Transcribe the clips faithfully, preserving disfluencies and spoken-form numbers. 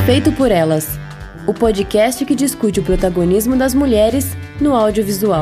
Feito por Elas, o podcast que discute o protagonismo das mulheres no audiovisual.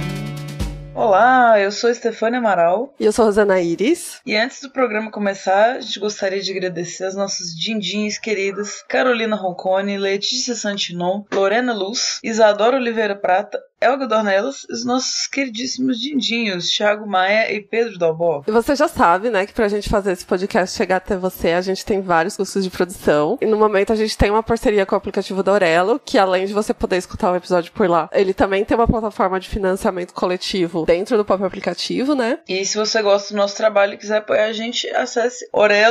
Olá, eu sou Estefânia Amaral. E eu sou Rosana Iris. E antes do programa começar, a gente gostaria de agradecer as nossas dindins queridas Carolina Roncone, Letícia Santinon, Lorena Luz, Isadora Oliveira Prata, Elga Dornelas e os nossos queridíssimos dindinhos, Thiago Maia e Pedro Dalbó. E você já sabe, né, que pra gente fazer esse podcast chegar até você, a gente tem vários custos de produção. E no momento a gente tem uma parceria com o aplicativo da Orelo, que além de você poder escutar o episódio por lá, ele também tem uma plataforma de financiamento coletivo dentro do próprio aplicativo, né? E se você gosta do nosso trabalho e quiser apoiar a gente, acesse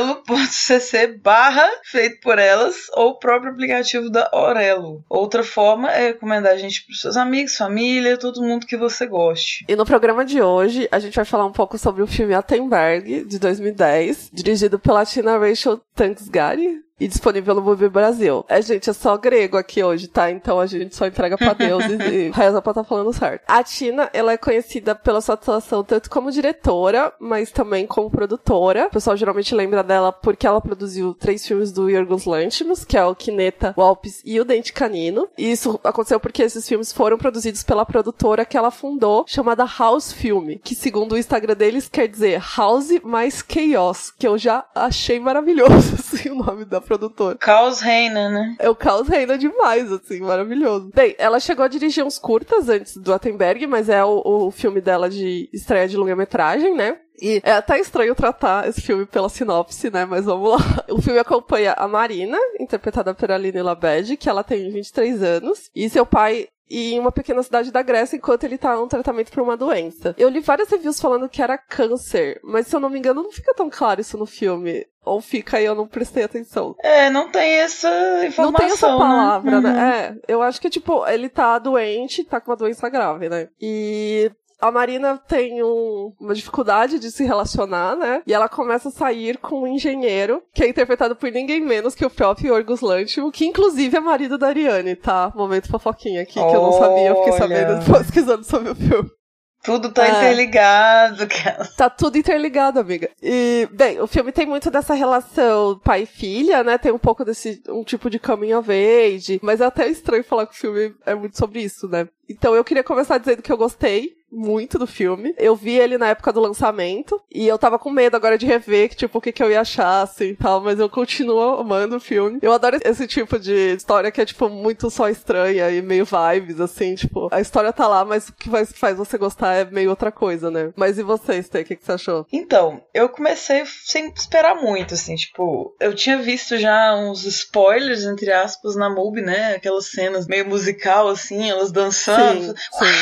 orelo.cc barra feito por elas ou o próprio aplicativo da Orelo. Outra forma é recomendar a gente pros seus amigos, família, todo mundo que você goste. E no programa de hoje, a gente vai falar um pouco sobre o filme Attenberg, de dois mil e dez, dirigido pela Tina Rachel Thangsgari. E disponível no Movie Brasil. É, gente, é só grego aqui hoje, tá? Então a gente só entrega pra Deus e, e reza pra tá falando certo. A Tina, ela é conhecida pela sua atuação tanto como diretora, mas também como produtora. O pessoal geralmente lembra dela porque ela produziu três filmes do Yorgos Lanthimos, que é o Kineta, o Alpes e o Dente Canino. E isso aconteceu porque esses filmes foram produzidos pela produtora que ela fundou, chamada House Film, que segundo o Instagram deles quer dizer House mais Chaos, que eu já achei maravilhoso, assim, o nome da produtor. Caos reina, né? É, o caos reina demais, assim, maravilhoso. Bem, ela chegou a dirigir uns curtas antes do Attenberg, mas é o, o filme dela de estreia de longa-metragem, né? E é até estranho tratar esse filme pela sinopse, né? Mas vamos lá. O filme acompanha a Marina, interpretada por Aline Labed, que ela tem vinte e três anos, e seu pai em uma pequena cidade da Grécia, enquanto ele tá em um tratamento pra uma doença. Eu li várias reviews falando que era câncer, mas se eu não me engano, não fica tão claro isso no filme. Ou fica e eu não prestei atenção. É, não tem essa informação, Não tem essa palavra, né? né? Uhum. É, eu acho que, tipo, ele tá doente, tá com uma doença grave, né? E a Marina tem um, uma dificuldade de se relacionar, né? E ela começa a sair com um engenheiro, que é interpretado por ninguém menos que o próprio Yorgos Lanthimos, que inclusive é marido da Ariane, tá? Momento fofoquinha aqui, que eu não sabia, eu fiquei sabendo pesquisando sobre o filme. Tudo tá é. interligado. Tá tudo interligado, amiga. E, bem, o filme tem muito dessa relação pai e filha, né? Tem um pouco desse, um tipo de coming of age, mas é até estranho falar que o filme é muito sobre isso, né? Então eu queria começar dizendo que eu gostei muito do filme. Eu vi ele na época do lançamento e eu tava com medo agora de rever, que, tipo, o que, que eu ia achar, assim, e tal, mas eu continuo amando o filme. Eu adoro esse tipo de história que é, tipo, muito só estranha e meio vibes, assim, tipo, a história tá lá, mas o que faz, faz você gostar é meio outra coisa, né? Mas e você, Stê, o que, que você achou? Então, eu comecei sem esperar muito, assim, tipo, eu tinha visto já uns spoilers, entre aspas, na Mubi, né? Aquelas cenas meio musical, assim, elas dançando. Sim, sim.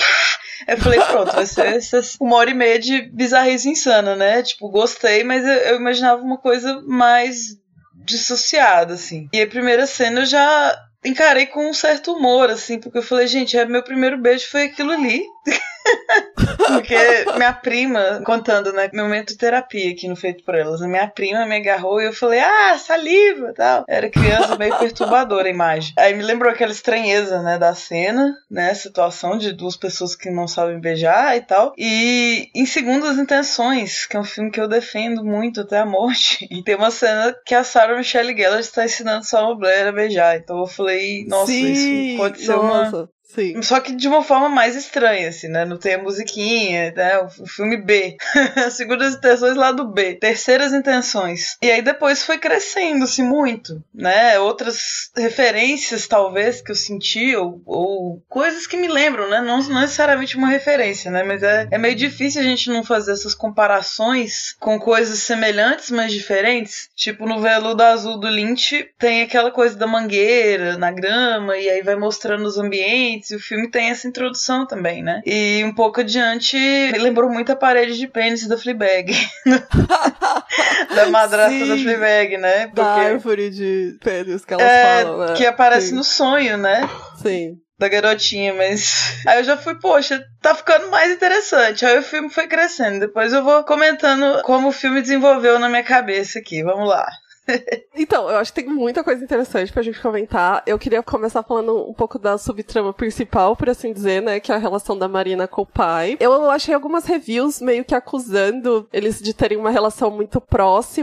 Eu falei, pronto, vai ser essas uma hora e meia de bizarrice insana, né? Tipo, gostei, mas eu, eu imaginava uma coisa mais dissociada, assim. E a primeira cena eu já encarei com um certo humor, assim, porque eu falei, gente, é, meu primeiro beijo foi aquilo ali. Porque minha prima, contando, né, meu momento de terapia aqui no Feito por Elas, a minha prima me agarrou e eu falei, ah, saliva e tal. Era criança, meio perturbadora a imagem. Aí me lembrou aquela estranheza, né, da cena, né, situação de duas pessoas que não sabem beijar e tal. E em Segundas Intenções, que é um filme que eu defendo muito até a morte, e tem uma cena que a Sarah Michelle Gellar está ensinando sua mulher a beijar. Então eu falei, nossa, Sim, isso pode ser nossa. uma... Sim. Só que de uma forma mais estranha, assim, né? Não tem a musiquinha, né? O, o filme B. Segundas Intenções lá do B. Terceiras Intenções. E aí depois foi crescendo, assim, muito, né? Outras referências, talvez, que eu senti, ou, ou coisas que me lembram, né? Não, não necessariamente uma referência, né? Mas é, é meio difícil a gente não fazer essas comparações com coisas semelhantes, mas diferentes. Tipo, no Veludo Azul do Lynch, tem aquela coisa da mangueira na grama, e aí vai mostrando os ambientes. E o filme tem essa introdução também, né? E um pouco adiante, me lembrou muito a parede de pênis da Fleabag. Da madrasta Sim, da Fleabag, né? Porque... Da árvore de pênis que elas é, falam, né? Que aparece Sim. no sonho, né? Sim. Da garotinha, mas... Aí eu já fui, poxa, tá ficando mais interessante. Aí o filme foi crescendo. Depois eu vou comentando como o filme desenvolveu na minha cabeça aqui. Vamos lá. Então, eu acho que tem muita coisa interessante pra gente comentar. Eu queria começar falando um pouco da subtrama principal, por assim dizer, né, que é a relação da Marina com o pai. Eu achei algumas reviews meio que acusando eles de terem uma relação muito próxima.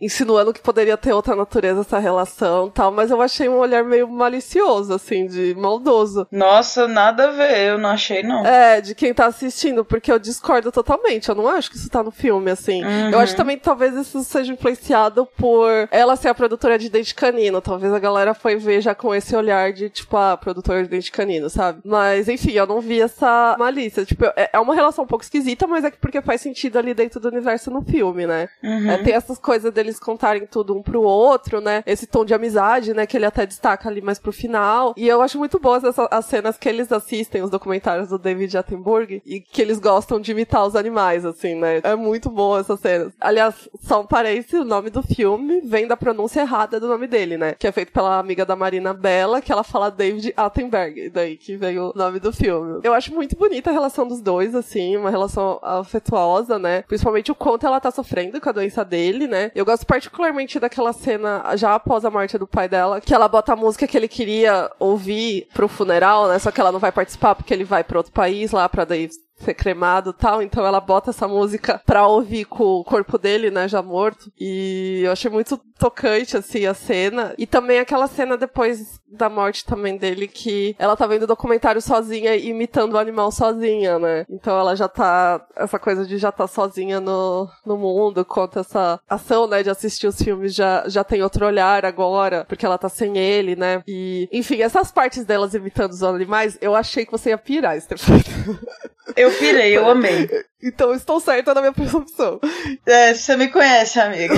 insinuando que poderia ter outra natureza essa relação e tal, mas eu achei um olhar meio malicioso, assim, de maldoso. Nossa, nada a ver, eu não achei, não. É, de quem tá assistindo, porque eu discordo totalmente, eu não acho que isso tá no filme, assim. Uhum. Eu acho também que talvez isso seja influenciado por ela ser a produtora de Dente Canino, talvez a galera foi ver já com esse olhar de, tipo, a produtora de Dente Canino, sabe? Mas, enfim, eu não vi essa malícia, tipo, é, é uma relação um pouco esquisita, mas é porque faz sentido ali dentro do universo no filme, né? Uhum. É, tem essas coisas deles contarem tudo um pro outro, né? Esse tom de amizade, né? Que ele até destaca ali mais pro final. E eu acho muito boas essas, as cenas que eles assistem, os documentários do David Attenborough, e que eles gostam de imitar os animais, assim, né? É muito boa essas cenas. Aliás, só um parênteses, o nome do filme vem da pronúncia errada do nome dele, né? Que é feito pela amiga da Marina Bella, que ela fala David Attenborough, daí que veio o nome do filme. Eu acho muito bonita a relação dos dois, assim, uma relação afetuosa, né? Principalmente o quanto ela tá sofrendo com a doença dele, né? Eu gosto particularmente daquela cena, já após a morte do pai dela, que ela bota a música que ele queria ouvir pro funeral, né? Só que ela não vai participar porque ele vai pra outro país lá pra daí ser cremado e tal, então ela bota essa música pra ouvir com o corpo dele, né, já morto, e eu achei muito tocante, assim, a cena, e também aquela cena depois da morte também dele, que ela tá vendo o documentário sozinha, imitando o animal sozinha, né, então ela já tá, essa coisa de já tá sozinha no, no mundo, conta essa ação, né, de assistir os filmes, já, já tem outro olhar agora, porque ela tá sem ele, né, e, enfim, essas partes delas imitando os animais, eu achei que você ia pirar, Stephanie. Eu pirei, eu amei. Então, estou certa na minha percepção. É, você me conhece, amiga.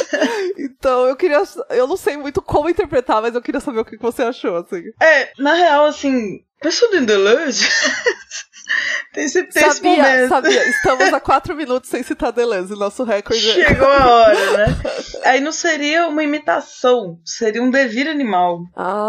Então, eu queria... Eu não sei muito como interpretar, mas eu queria saber o que você achou, assim. É, na real, assim... Pensando em Deleuze... tem esse, tem sabia, esse momento. Sabia. Estamos a quatro minutos sem citar Deleuze. Nosso recorde... Chegou a hora, né? Aí não seria uma imitação. Seria um devir animal.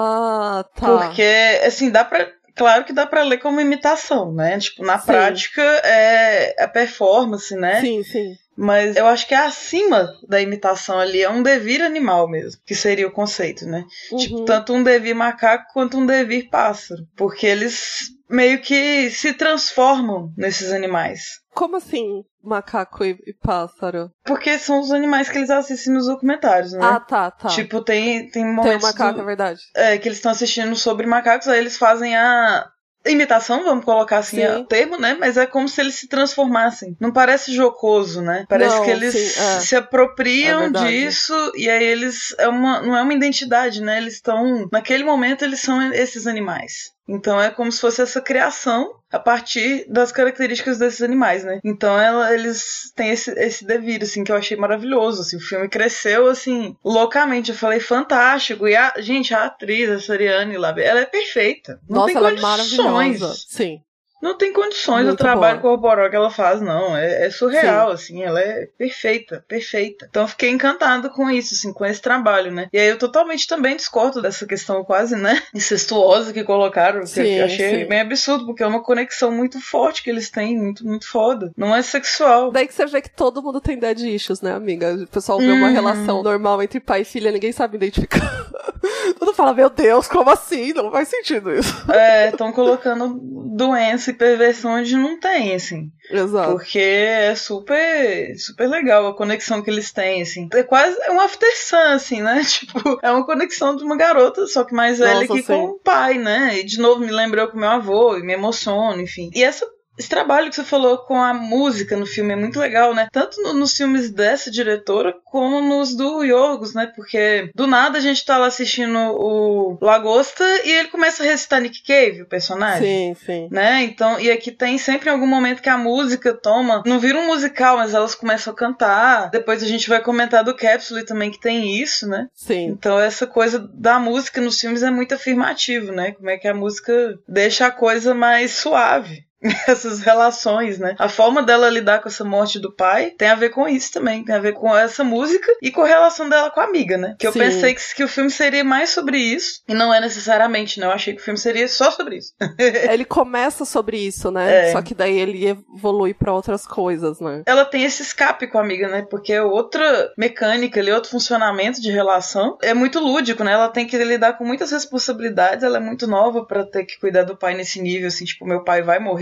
Ah, tá. Porque, assim, dá pra... Claro que dá pra ler como imitação, né? Tipo, na sim. prática é a performance, né? Sim, sim. Mas eu acho que é acima da imitação ali, é um devir animal mesmo, que seria o conceito, né? Uhum. Tipo, tanto um devir macaco quanto um devir pássaro. Porque eles meio que se transformam nesses animais. Como assim, macaco e, e pássaro? Porque são os animais que eles assistem nos documentários, né? Ah, tá, tá. Tipo, tem, tem momentos... Tem o macaco, do, é verdade. É, que eles estão assistindo sobre macacos, aí eles fazem a... imitação, vamos colocar assim o termo, né? Mas é como se eles se transformassem. Não parece jocoso, né? Parece não, que eles sim, é. se apropriam é disso e aí eles... É uma, não é uma identidade, né? Eles estão... Naquele momento, eles são esses animais. Então é como se fosse essa criação a partir das características desses animais, né? Então ela, eles têm esse, esse devir, assim, que eu achei maravilhoso, assim. O filme cresceu, assim, loucamente. Eu falei, fantástico. E, a, gente, a atriz, a Soriane lá, ela é perfeita. Não Nossa, tem ela condições. É maravilhosa. Sim. Não tem condições Muito do trabalho boa. corporal que ela faz, não. É, é surreal, sim. assim. Ela é perfeita, perfeita. Então eu fiquei encantada com isso, assim, com esse trabalho, né? E aí eu totalmente também discordo dessa questão quase, né, incestuosa que colocaram, que sim, eu achei sim. bem absurdo, porque é uma conexão muito forte que eles têm, muito, muito foda. Não é sexual. Daí que você vê que todo mundo tem dead issues, né, amiga? O pessoal vê hum. uma relação normal entre pai e filha, ninguém sabe identificar. Todo mundo fala, meu Deus, como assim? Não faz sentido isso. É, estão colocando doença e perversão onde não tem, assim. Exato. Porque é super, super legal a conexão que eles têm, assim. É quase um after sun, assim, né? Tipo, é uma conexão de uma garota, só que mais velha que com o pai, né? E de novo me lembrou com meu avô e me emociono, enfim. E essa Esse trabalho que você falou com a música no filme é muito legal, né? Tanto no, nos filmes dessa diretora, como nos do Yorgos, né? Porque do nada a gente tá lá assistindo o Lagosta e ele começa a recitar Nick Cave, o personagem. Sim, sim. Né? Então, e aqui tem sempre algum momento que a música toma... Não vira um musical, mas elas começam a cantar. Depois a gente vai comentar do Capsule também, que tem isso, né? Sim. Então essa coisa da música nos filmes é muito afirmativo, né? Como é que a música deixa a coisa mais suave. Essas relações, né? A forma dela lidar com essa morte do pai tem a ver com isso também, tem a ver com essa música e com a relação dela com a amiga, né? Que eu Sim. pensei que, que o filme seria mais sobre isso e não é necessariamente, né? Eu achei que o filme seria só sobre isso. Ele começa sobre isso, né? É. Só que daí ele evolui pra outras coisas, né? Ela tem esse escape com a amiga, né? Porque é outra mecânica ali, outro funcionamento de relação. É muito lúdico, né? Ela tem que lidar com muitas responsabilidades, ela é muito nova pra ter que cuidar do pai nesse nível, assim, tipo, meu pai vai morrer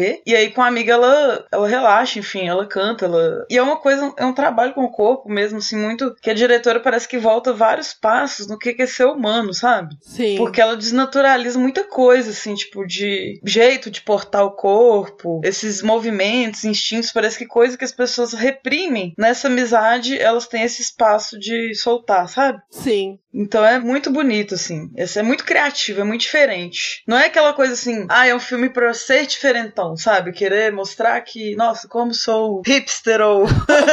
morrer. E aí com a amiga ela, ela relaxa, enfim, ela canta, ela... E é uma coisa, é um trabalho com o corpo mesmo, assim, muito... Que a diretora parece que volta vários passos no que é ser humano, sabe? Sim. Porque ela desnaturaliza muita coisa, assim, tipo, de jeito de portar o corpo, esses movimentos, instintos, parece que coisa que as pessoas reprimem. Nessa amizade, elas têm esse espaço de soltar, sabe? Sim. Então é muito bonito, assim. Esse é muito criativo, é muito diferente. Não é aquela coisa assim, ah, é um filme pra ser diferentão, sabe? Querer mostrar que, nossa, como sou hipster ou...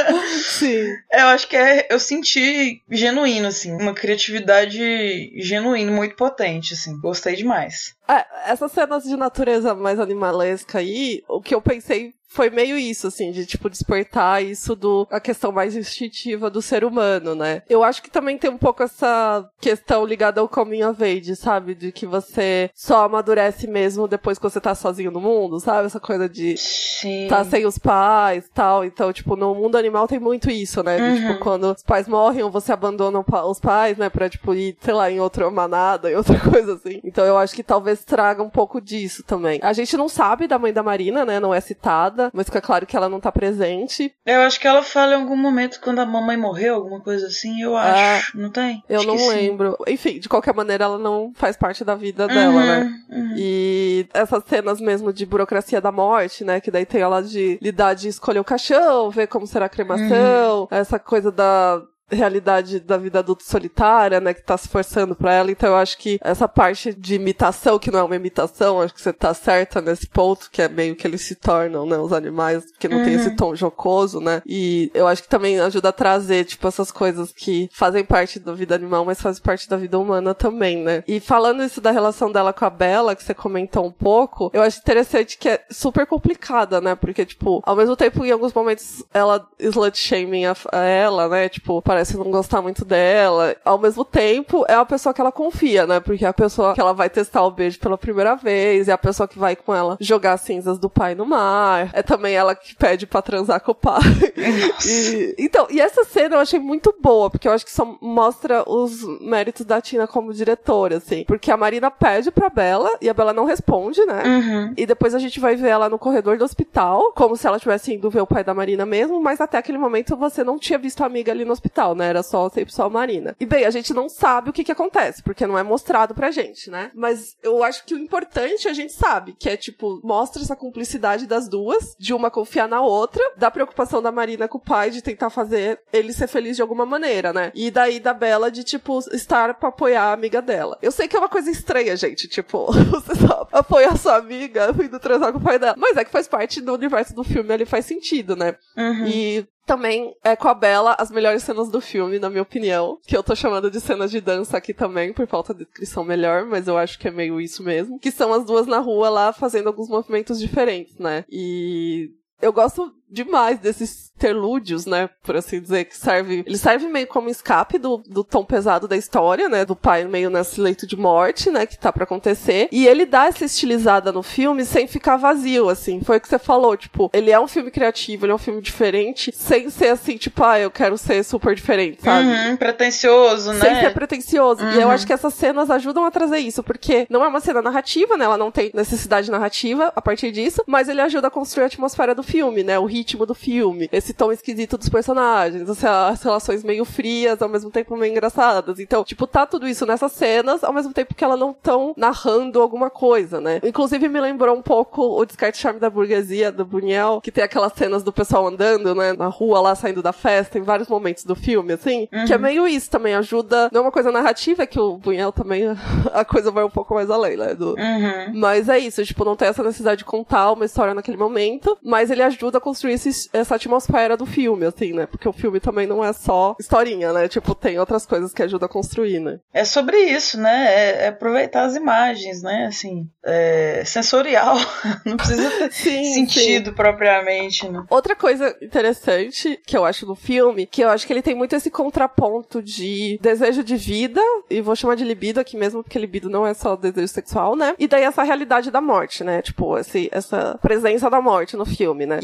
Sim. Eu acho que é, eu senti genuíno, assim, uma criatividade genuína, muito potente, assim. Gostei demais. É, essas cenas de natureza mais animalesca aí, o que eu pensei foi meio isso, assim, de, tipo, despertar isso do... a questão mais instintiva do ser humano, né? Eu acho que também tem um pouco essa questão ligada ao coming of age, sabe? De que você só amadurece mesmo depois que você tá sozinho no mundo, sabe? Essa coisa de Sim. tá sem os pais e tal. Então, tipo, no mundo animal tem muito isso, né? De, Uhum. tipo, quando os pais morrem ou você abandona os pais, né? Pra, tipo, ir, sei lá, em outra manada, em outra coisa assim. Então eu acho que talvez traga um pouco disso também. A gente não sabe da mãe da Marina, né? Não é citada, mas fica claro que ela não tá presente. Eu acho que ela fala em algum momento quando a mamãe morreu, alguma coisa assim, eu acho. Ah, não tem? Eu acho não lembro. Sim. Enfim, de qualquer maneira, ela não faz parte da vida dela, uhum, né? Uhum. E essas cenas mesmo de burocracia da morte, né? Que daí tem ela de lidar de escolher o caixão, ver como será a cremação, uhum. Essa coisa da... realidade da vida adulta solitária, né, que tá se forçando pra ela, então eu acho que essa parte de imitação, que não é uma imitação, acho que você tá certa nesse ponto, que é meio que eles se tornam, né, os animais, porque não uhum. tem esse tom jocoso, né, e eu acho que também ajuda a trazer, tipo, essas coisas que fazem parte da vida animal, mas fazem parte da vida humana também, né. E falando isso da relação dela com a Bella, que você comentou um pouco, eu acho interessante que é super complicada, né, porque, tipo, ao mesmo tempo, em alguns momentos, ela slut-shaming a, a ela, né, tipo, parece não gostar muito dela. Ao mesmo tempo, é a pessoa que ela confia, né? Porque é a pessoa que ela vai testar o beijo pela primeira vez, é a pessoa que vai com ela jogar as cinzas do pai no mar. É também ela que pede pra transar com o pai. E, então, e essa cena eu achei muito boa, porque eu acho que só mostra os méritos da Tina como diretora, assim. Porque a Marina pede pra Bella, e a Bella não responde, né? Uhum. E depois a gente vai ver ela no corredor do hospital, como se ela tivesse indo ver o pai da Marina mesmo, mas até aquele momento você não tinha visto a amiga ali no hospital, né? Era só sempre só a Marina. E bem, a gente não sabe o que que acontece, porque não é mostrado pra gente, né? Mas eu acho que o importante a gente sabe, que é tipo, mostra essa cumplicidade das duas, de uma confiar na outra, da preocupação da Marina com o pai de tentar fazer ele ser feliz de alguma maneira, né? E daí da Bella de, tipo, estar pra apoiar a amiga dela. Eu sei que é uma coisa estranha, gente, tipo, você só apoia a sua amiga indo transar com o pai dela. Mas é que faz parte do universo do filme, ele faz sentido, né? Uhum. E também é com a Bella as melhores cenas do filme, na minha opinião. Que eu tô chamando de cenas de dança aqui também, por falta de descrição melhor, mas eu acho que é meio isso mesmo. Que são as duas na rua lá, fazendo alguns movimentos diferentes, né? E eu gosto demais desses interlúdios, né, por assim dizer, que serve... Ele serve meio como escape do, do tom pesado da história, né, do pai meio nesse leito de morte, né, que tá pra acontecer. E ele dá essa estilizada no filme sem ficar vazio, assim. Foi o que você falou, tipo, ele é um filme criativo, ele é um filme diferente, sem ser assim, tipo, ah, eu quero ser super diferente, sabe? Uhum, pretencioso, né? Sem ser pretencioso. Uhum. E eu acho que essas cenas ajudam a trazer isso, porque não é uma cena narrativa, né, ela não tem necessidade narrativa a partir disso, mas ele ajuda a construir a atmosfera do filme, né, o ritmo do filme, esse tom esquisito dos personagens, as relações meio frias, ao mesmo tempo meio engraçadas. Então, tipo, tá tudo isso nessas cenas, ao mesmo tempo que elas não estão narrando alguma coisa, né? Inclusive, me lembrou um pouco o Descarte Charme da Burguesia, do Buñuel, que tem aquelas cenas do pessoal andando, né, na rua lá, saindo da festa, em vários momentos do filme, assim, uhum. que é meio isso também, ajuda, não é uma coisa narrativa, é que o Buñuel também, a coisa vai um pouco mais além, né? Do... Uhum. Mas é isso, tipo, não tem essa necessidade de contar uma história naquele momento, mas ele ajuda a construir esse essa atmosfera do filme, assim, né? Porque o filme também não é só historinha, né? Tipo, tem outras coisas que ajudam a construir, né? É sobre isso, né? É, é aproveitar as imagens, né? Assim, é sensorial. Não precisa ter sim, sentido sim. propriamente, né? Outra coisa interessante que eu acho no filme, que eu acho que ele tem muito esse contraponto de desejo de vida, e vou chamar de libido aqui mesmo, porque libido não é só desejo sexual, né? E daí essa realidade da morte, né? Tipo, esse, essa presença da morte no filme, né? E eu acho que ele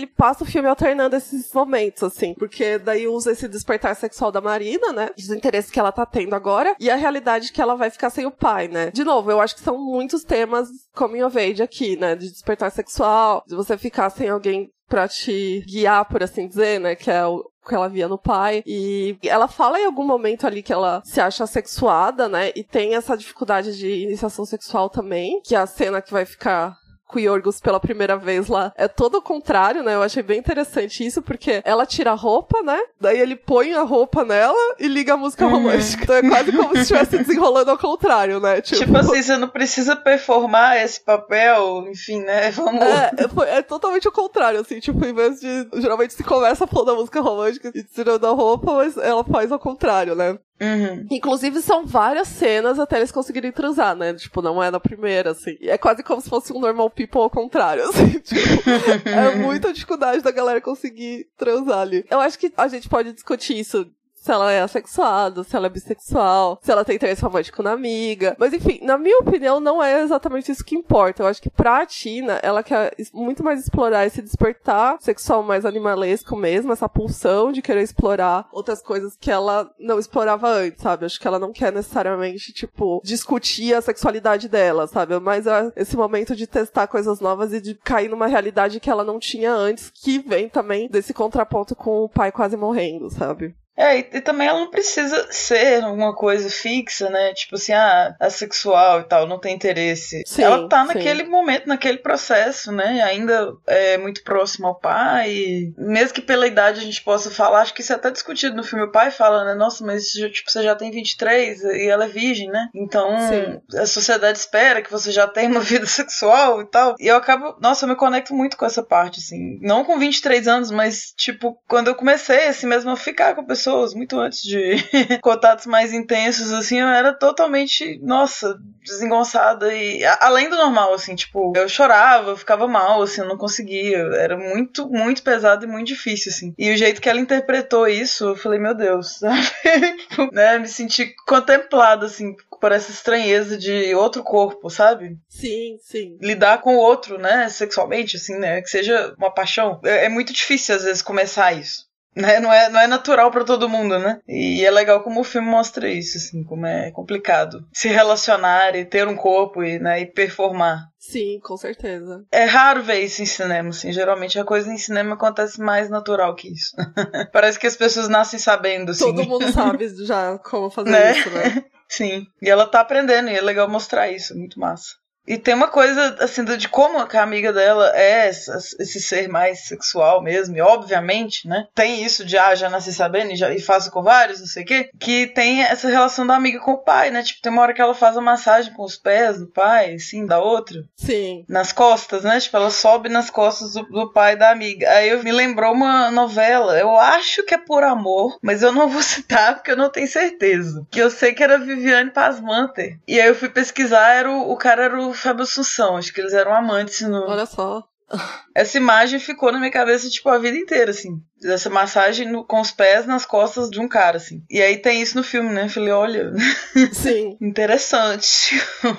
ele passa o filme alternando esses momentos, assim, porque daí usa esse despertar sexual da Marina, né, os interesses que ela tá tendo agora, e a realidade que ela vai ficar sem o pai, né. De novo, eu acho que são muitos temas coming of age aqui, né, de despertar sexual, de você ficar sem alguém pra te guiar, por assim dizer, né, que é o que ela via no pai, e ela fala em algum momento ali que ela se acha assexuada, né, e tem essa dificuldade de iniciação sexual também, que é a cena que vai ficar com o Yorgos pela primeira vez lá, é todo o contrário, né, eu achei bem interessante isso, porque ela tira a roupa, né, daí ele põe a roupa nela e liga a música romântica, então é quase como se estivesse desenrolando ao contrário, né, tipo... tipo assim, você não precisa performar esse papel, enfim, né, vamos... É, é, é totalmente o contrário, assim, tipo, em vez de, geralmente se começa falando a música romântica e tirando a roupa, mas ela faz ao contrário, né. Uhum. Inclusive, são várias cenas até eles conseguirem transar, né? Tipo, não é na primeira, assim. É quase como se fosse um normal people ao contrário, assim. Tipo, é muita dificuldade da galera conseguir transar ali. Eu acho que a gente pode discutir isso. Se ela é assexuada, se ela é bissexual, se ela tem interesse romântico na amiga. Mas, enfim, na minha opinião, não é exatamente isso que importa. Eu acho que pra Tina, ela quer muito mais explorar esse despertar sexual mais animalesco mesmo, essa pulsão de querer explorar outras coisas que ela não explorava antes, sabe? Eu acho que ela não quer necessariamente, tipo, discutir a sexualidade dela, sabe? Mas é esse momento de testar coisas novas e de cair numa realidade que ela não tinha antes, que vem também desse contraponto com o pai quase morrendo, sabe? É, e, e também ela não precisa ser alguma coisa fixa, né? Tipo assim, ah, assexual e tal, não tem interesse. Sim, ela tá sim. naquele momento, naquele processo, né? Ainda é muito próximo ao pai. E mesmo que pela idade a gente possa falar, acho que isso é até discutido no filme. O pai fala, né? Nossa, mas tipo, você já tem vinte e três e ela é virgem, né? Então, sim, a sociedade espera que você já tenha uma vida sexual e tal. E eu acabo, nossa, eu me conecto muito com essa parte, assim. Não com vinte e três anos, mas, tipo, quando eu comecei, assim mesmo, a ficar com a pessoa muito antes de contatos mais intensos, assim, eu era totalmente, nossa, desengonçada e a, além do normal, assim, tipo, eu chorava, eu ficava mal, assim, eu não conseguia, era muito, muito pesado e muito difícil, assim. E o jeito que ela interpretou isso, eu falei, meu Deus, sabe? Tipo, né, me senti contemplada, assim, por essa estranheza de outro corpo, sabe? Sim, sim. Lidar com o outro, né, sexualmente, assim, né, que seja uma paixão. É, é muito difícil, às vezes, começar isso. Né? Não, é, não é natural pra todo mundo, né? E é legal como o filme mostra isso, assim, como é complicado se relacionar e ter um corpo e, né, e performar. Sim, com certeza. É raro ver isso em cinema, assim. Geralmente a coisa em cinema acontece mais natural que isso. Parece que as pessoas nascem sabendo, assim. Todo mundo sabe já como fazer né? isso, né? Sim. E ela tá aprendendo, e é legal mostrar isso. Muito massa. E tem uma coisa, assim, de como a amiga dela é essa, esse ser mais sexual mesmo, e obviamente, né, tem isso de, ah, já nasci sabendo e, já, e faço com vários, não sei o quê, que tem essa relação da amiga com o pai, né, tipo, tem uma hora que ela faz a massagem com os pés do pai, assim, da outra. Sim. Nas costas, né, tipo, ela sobe nas costas do, do pai da amiga. Aí eu me lembrou uma novela, eu acho que é Por Amor, mas eu não vou citar porque eu não tenho certeza. Que eu sei que era Viviane Pasmanter. E aí eu fui pesquisar, era o, o cara era o Fábio Assunção, acho que eles eram amantes no... Olha só. Essa imagem ficou na minha cabeça, tipo, a vida inteira, assim. Essa massagem no, com os pés nas costas de um cara, assim. E aí tem isso no filme, né? Eu falei, olha... Sim. Interessante.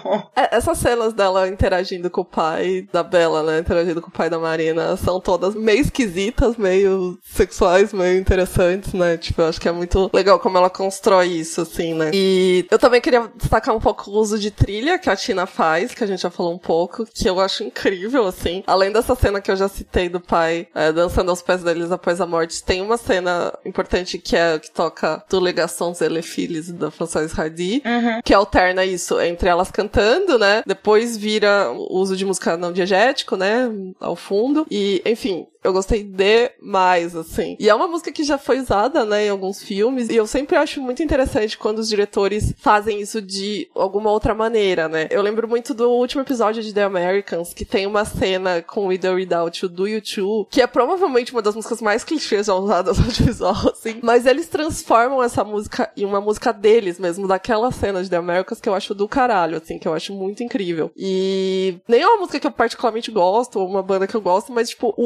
É, essas cenas dela interagindo com o pai da Bella, né? Interagindo com o pai da Marina, são todas meio esquisitas, meio sexuais, meio interessantes, né? Tipo, eu acho que é muito legal como ela constrói isso, assim, né? E eu também queria destacar um pouco o uso de trilha que a Tina faz, que a gente já falou um pouco, que eu acho incrível, assim. Além dessa cena que eu já citei do pai é, dançando aos pés deles após a morte, tem uma cena importante que é que toca Do Legaçons et les Filles, da Françoise Hardy, uhum. que alterna isso entre elas cantando, né? Depois vira o uso de música não diegético, né? Ao fundo. E, enfim, eu gostei demais, assim. E é uma música que já foi usada, né, em alguns filmes, e eu sempre acho muito interessante quando os diretores fazem isso de alguma outra maneira, né. Eu lembro muito do último episódio de The Americans, que tem uma cena com With or Without You, do U dois, que é provavelmente uma das músicas mais clichês já usadas no audiovisual, assim. Mas eles transformam essa música em uma música deles mesmo, daquela cena de The Americans, que eu acho do caralho, assim, que eu acho muito incrível. E nem é uma música que eu particularmente gosto, ou uma banda que eu gosto, mas, tipo, o uso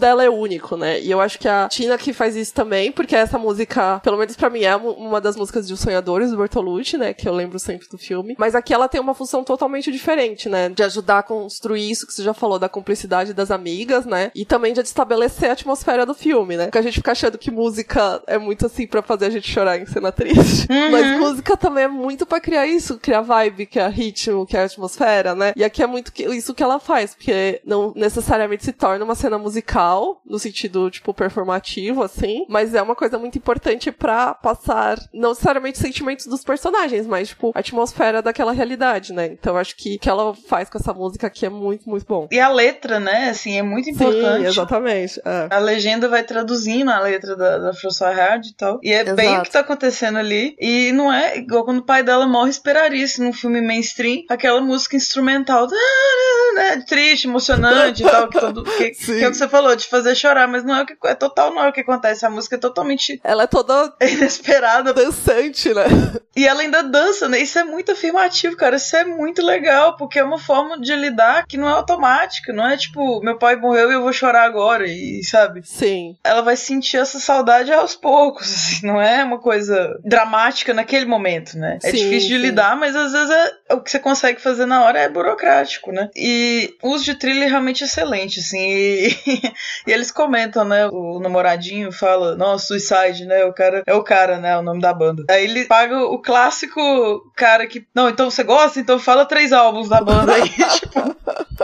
dela é único, né? E eu acho que a Tina que faz isso também, porque essa música, pelo menos pra mim, é uma das músicas de Os Sonhadores, do Bertolucci, né? Que eu lembro sempre do filme. Mas aqui ela tem uma função totalmente diferente, né? De ajudar a construir isso que você já falou, da cumplicidade das amigas, né? E também de estabelecer a atmosfera do filme, né? Porque a gente fica achando que música é muito assim pra fazer a gente chorar em cena triste. Uhum. Mas música também é muito pra criar isso, criar vibe, criar ritmo, criar atmosfera, né? E aqui é muito isso que ela faz, porque não necessariamente se torna uma cena musical, no sentido, tipo, performativo, assim, mas é uma coisa muito importante pra passar, não necessariamente sentimentos dos personagens, mas, tipo, a atmosfera daquela realidade, né? Então eu acho que o que ela faz com essa música aqui é muito, muito bom. E a letra, né, assim, é muito importante. Sim, exatamente. É. A legenda vai traduzindo a letra da, da Françoise Hardy e tal, e é Exato. Bem o que tá acontecendo ali, e não é igual quando o pai dela morre, esperaria isso num filme mainstream, aquela música instrumental, né, triste, emocionante e tal, que, todo, que, que é o que você falou, de fazer chorar, mas não é o que, é total não é o que acontece, a música é totalmente... Ela é toda... inesperada. Dançante, né? E ela ainda dança, né, isso é muito afirmativo, cara, isso é muito legal, porque é uma forma de lidar que não é automática, não é tipo, meu pai morreu e eu vou chorar agora, e sabe? Sim. Ela vai sentir essa saudade aos poucos, assim, não é uma coisa dramática naquele momento, né? É sim, difícil de sim. lidar, mas às vezes é, o que você consegue fazer na hora é burocrático, né? E o uso de trilha é realmente excelente, assim, e, e eles comentam, né? O namoradinho fala, nossa, Suicide, né? O cara é o cara, né? O nome da banda. Aí ele paga o clássico cara que, não, então você gosta? Então fala três álbuns da banda aí, tipo...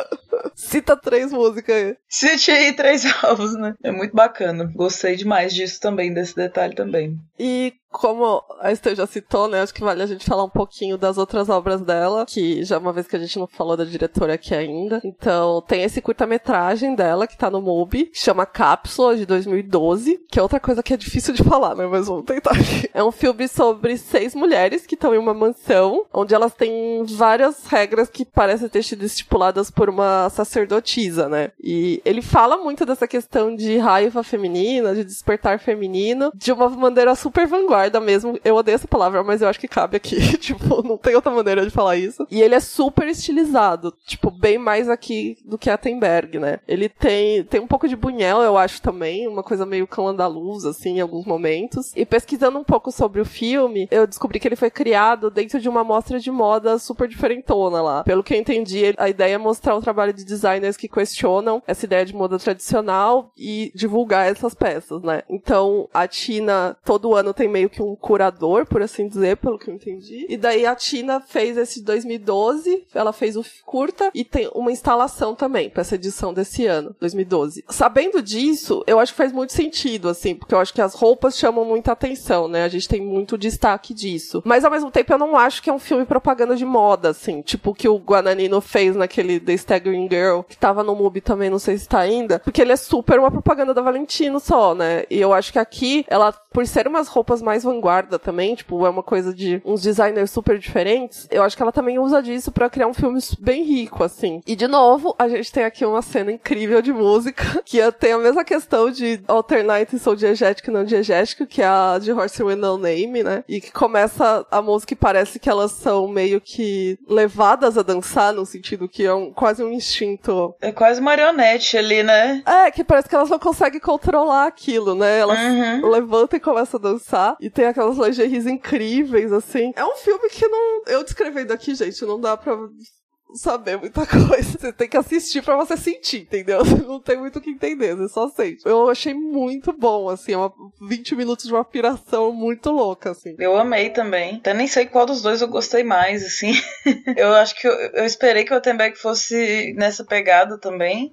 Cita três músicas aí. Cite aí três álbuns, né? É muito bacana. Gostei demais disso também, desse detalhe também. E como a Esther já citou, né, acho que vale a gente falar um pouquinho das outras obras dela, que já uma vez que a gente não falou da diretora aqui ainda. Então, tem esse curta-metragem dela, que tá no MUBI, que chama Cápsula, de dois mil e doze, que é outra coisa que é difícil de falar, né, mas vamos tentar aqui. É um filme sobre seis mulheres que estão em uma mansão, onde elas têm várias regras que parecem ter sido estipuladas por uma sacerdotisa, né, e ele fala muito dessa questão de raiva feminina, de despertar feminino, de uma maneira super vanguarda mesmo, eu odeio essa palavra, mas eu acho que cabe aqui, tipo, não tem outra maneira de falar isso. E ele é super estilizado, tipo, bem mais aqui do que Attenberg, né? Ele tem, tem um pouco de Buñuel, eu acho também, uma coisa meio cão andaluz, assim, em alguns momentos. E pesquisando um pouco sobre o filme, eu descobri que ele foi criado dentro de uma mostra de moda super diferentona lá. Pelo que eu entendi, a ideia é mostrar o trabalho de designers que questionam essa ideia de moda tradicional e divulgar essas peças, né? Então, a Tina, todo ano tem meio que um curador, por assim dizer, pelo que eu entendi. E daí a Tina fez esse de dois mil e doze, ela fez o curta e tem uma instalação também pra essa edição desse ano, dois mil e doze. Sabendo disso, eu acho que faz muito sentido, assim, porque eu acho que as roupas chamam muita atenção, né? A gente tem muito destaque disso. Mas ao mesmo tempo eu não acho que é um filme propaganda de moda, assim, tipo o que o Guadagnino fez naquele The Staggering Girl, que tava no MUBI também, não sei se tá ainda, porque ele é super uma propaganda da Valentino só, né? E eu acho que aqui, ela, por ser umas roupas mais vanguarda também, tipo, é uma coisa de uns designers super diferentes, eu acho que ela também usa disso pra criar um filme bem rico, assim. E, de novo, a gente tem aqui uma cena incrível de música, que tem a mesma questão de alternate soul diegético e não diegético, que é a de Horse with No Name, né? E que começa a música e parece que elas são meio que levadas a dançar, no sentido que é um, quase um instinto... É quase marionete ali, né? É, que parece que elas não conseguem controlar aquilo, né? Elas uhum. levantam e começam a dançar, e tem aquelas lingeries incríveis, assim. É um filme que não... Eu descrevendo aqui, gente, não dá pra saber muita coisa. Você tem que assistir pra você sentir, entendeu? Você não tem muito o que entender, você só sente. Eu achei muito bom, assim, uma, vinte minutos de uma piração muito louca, assim. Eu amei também. Até nem sei qual dos dois eu gostei mais, assim. Eu acho que eu, eu esperei que o Attenberg fosse nessa pegada também,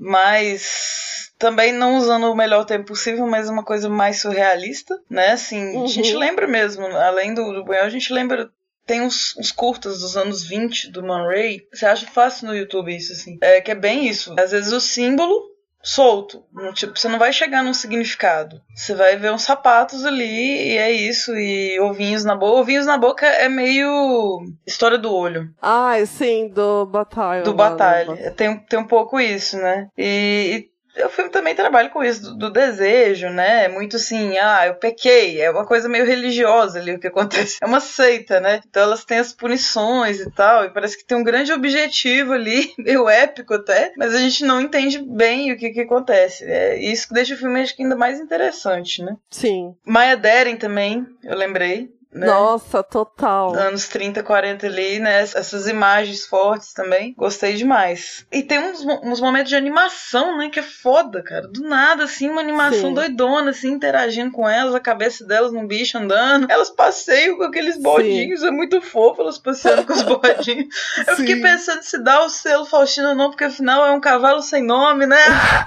mas... também não usando o melhor tempo possível, mas uma coisa mais surrealista, né? Assim, uhum. A gente lembra mesmo, além do, do Buñuel, a gente lembra... Tem uns, uns curtas dos anos vinte do Man Ray. Você acha fácil no YouTube isso, assim. É que é bem isso. Às vezes o símbolo solto. No, tipo, você não vai chegar num significado. Você vai ver uns sapatos ali e é isso. E ovinhos na boca. Ovinhos na boca é meio história do olho. Ah, sim, do Bataille. Do Bataille. Tem, tem um pouco isso, né? E... e o filme também trabalha com isso, do, do desejo, né? É muito assim, ah, eu pequei. É uma coisa meio religiosa ali o que acontece. É uma seita, né? Então elas têm as punições e tal, e parece que tem um grande objetivo ali, meio épico até, mas a gente não entende bem o que que acontece. É isso que deixa o filme, acho que ainda mais interessante, né? Sim. Maya Deren também, eu lembrei. Né? Nossa, total. Anos trinta, quarenta ali, né? Essas imagens fortes também. Gostei demais. E tem uns, uns momentos de animação, né? Que é foda, cara. Do nada, assim, uma animação Sim. doidona, assim, interagindo com elas, a cabeça delas num bicho andando. Elas passeiam com aqueles bordinhos. Sim. É muito fofo elas passeando com os bordinhos. Eu Sim. fiquei pensando se dá o selo Faustino ou não, porque afinal é um cavalo sem nome, né?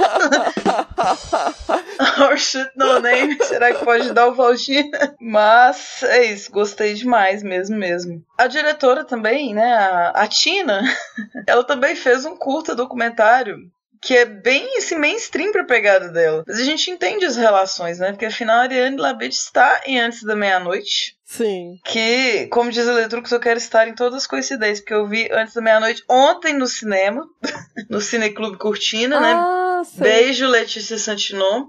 Or shit no name. Será que pode dar o Faustino? Mas é isso. Gostei demais mesmo, mesmo. A diretora também, né, a, a Tina, ela também fez um curta documentário que é bem esse mainstream pra pegada dela. Mas a gente entende as relações, né, porque afinal a Ariane Labide está em Antes da Meia-Noite. Sim. Que, como diz a Letrux, eu quero estar em todas as coincidências, porque eu vi Antes da Meia-Noite ontem no cinema, no Cineclube Cortina, ah, né? Sim. Beijo, Letícia Santinon.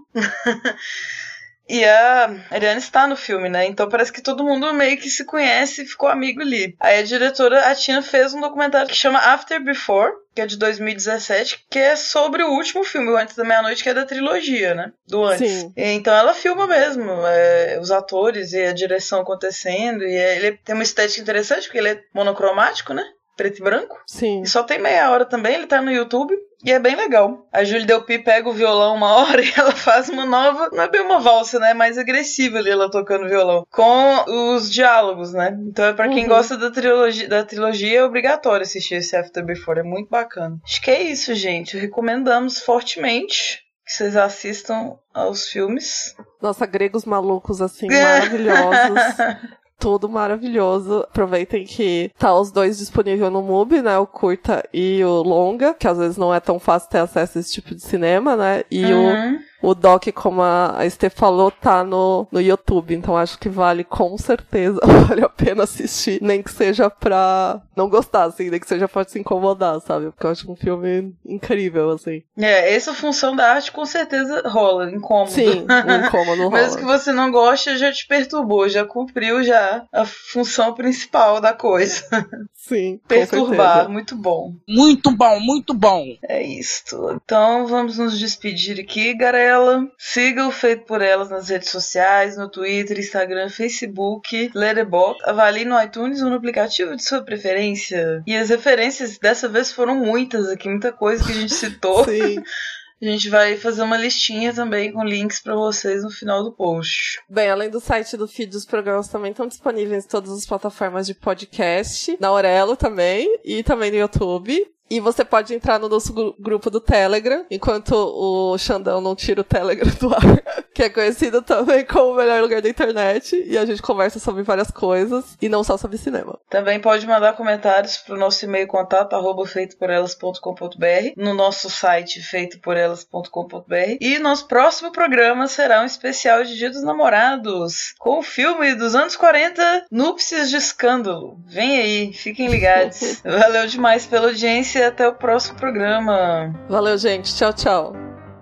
E a Ariane está no filme, né? Então parece que todo mundo meio que se conhece e ficou amigo ali. Aí a diretora, a Tina, fez um documentário que chama After Before, que é de dois mil e dezessete, que é sobre o último filme, o Antes da Meia-Noite, que é da trilogia, né? Do Antes. Sim. Então ela filma mesmo é, os atores e a direção acontecendo. E é, ele tem uma estética interessante, porque ele é monocromático, né? Preto e branco. Sim. E só tem meia hora também, ele tá no YouTube. E é bem legal. A Julie Delpy pega o violão uma hora e ela faz uma nova... Não é bem uma valsa, né? Mais agressiva ali, ela tocando violão. Com os diálogos, né? Então é pra quem uhum. gosta da trilogia, da trilogia, é obrigatório assistir esse After Before. É muito bacana. Acho que é isso, gente. Recomendamos fortemente que vocês assistam aos filmes. Nossa, gregos malucos, assim, maravilhosos. Tudo maravilhoso. Aproveitem que tá os dois disponíveis no Mubi, né? O curta e o longa, que às vezes não é tão fácil ter acesso a esse tipo de cinema, né? E uhum. o... O doc, como a Estê falou, tá no, no YouTube, então acho que vale, com certeza, vale a pena assistir, nem que seja pra não gostar, assim, nem que seja pra se incomodar, sabe? Porque eu acho um filme incrível, assim. É, essa função da arte com certeza rola, incômodo. Sim, um incômodo rola. Mesmo que você não goste, já te perturbou, já cumpriu já a função principal da coisa. Sim, perturbar, muito bom. Muito bom, muito bom. É isso. Então, vamos nos despedir aqui, galera. Siga o Feito por Elas nas redes sociais, no Twitter, Instagram, Facebook, Letterboxd, avalie no iTunes ou no aplicativo de sua preferência. E as referências dessa vez foram muitas aqui, muita coisa que a gente citou. Sim. A gente vai fazer uma listinha também com links pra vocês no final do post. Bem, além do site do feed, os programas também estão disponíveis em todas as plataformas de podcast, na Aurelo também, e também no YouTube. E você pode entrar no nosso grupo do Telegram, enquanto o Xandão não tira o Telegram do ar, que é conhecido também como o melhor lugar da internet, e a gente conversa sobre várias coisas, e não só sobre cinema. Também pode mandar comentários pro nosso e-mail contato, arroba feito por elas ponto com ponto b r, no nosso site feito por elas ponto com ponto b r, e nosso próximo programa será um especial de Dia dos Namorados, com o filme dos anos quarenta, Núpcias de Escândalo. Vem aí, fiquem ligados. Valeu demais pela audiência. Até o próximo programa. Valeu, gente. Tchau, tchau.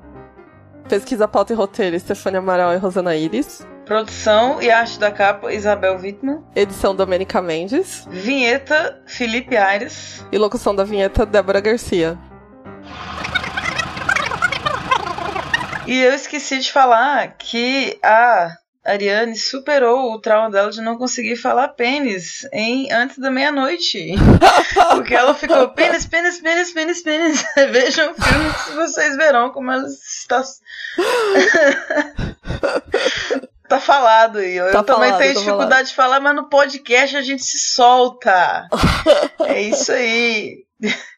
Pesquisa, pauta e roteiro, Estefânia Amaral e Rosana Iris. Produção e arte da capa, Isabel Wittmann. Edição, Domênica Mendes. Vinheta, Felipe Aires. E locução da vinheta, Débora Garcia. E eu esqueci de falar que a Ariane superou o trauma dela de não conseguir falar pênis em Antes da Meia-Noite. Porque ela ficou pênis, pênis, pênis, pênis, pênis. Vejam o filme que vocês verão como ela está... Tá falado aí. Eu tá também falado, tenho tá dificuldade falado. de falar, mas no podcast a gente se solta. É isso aí.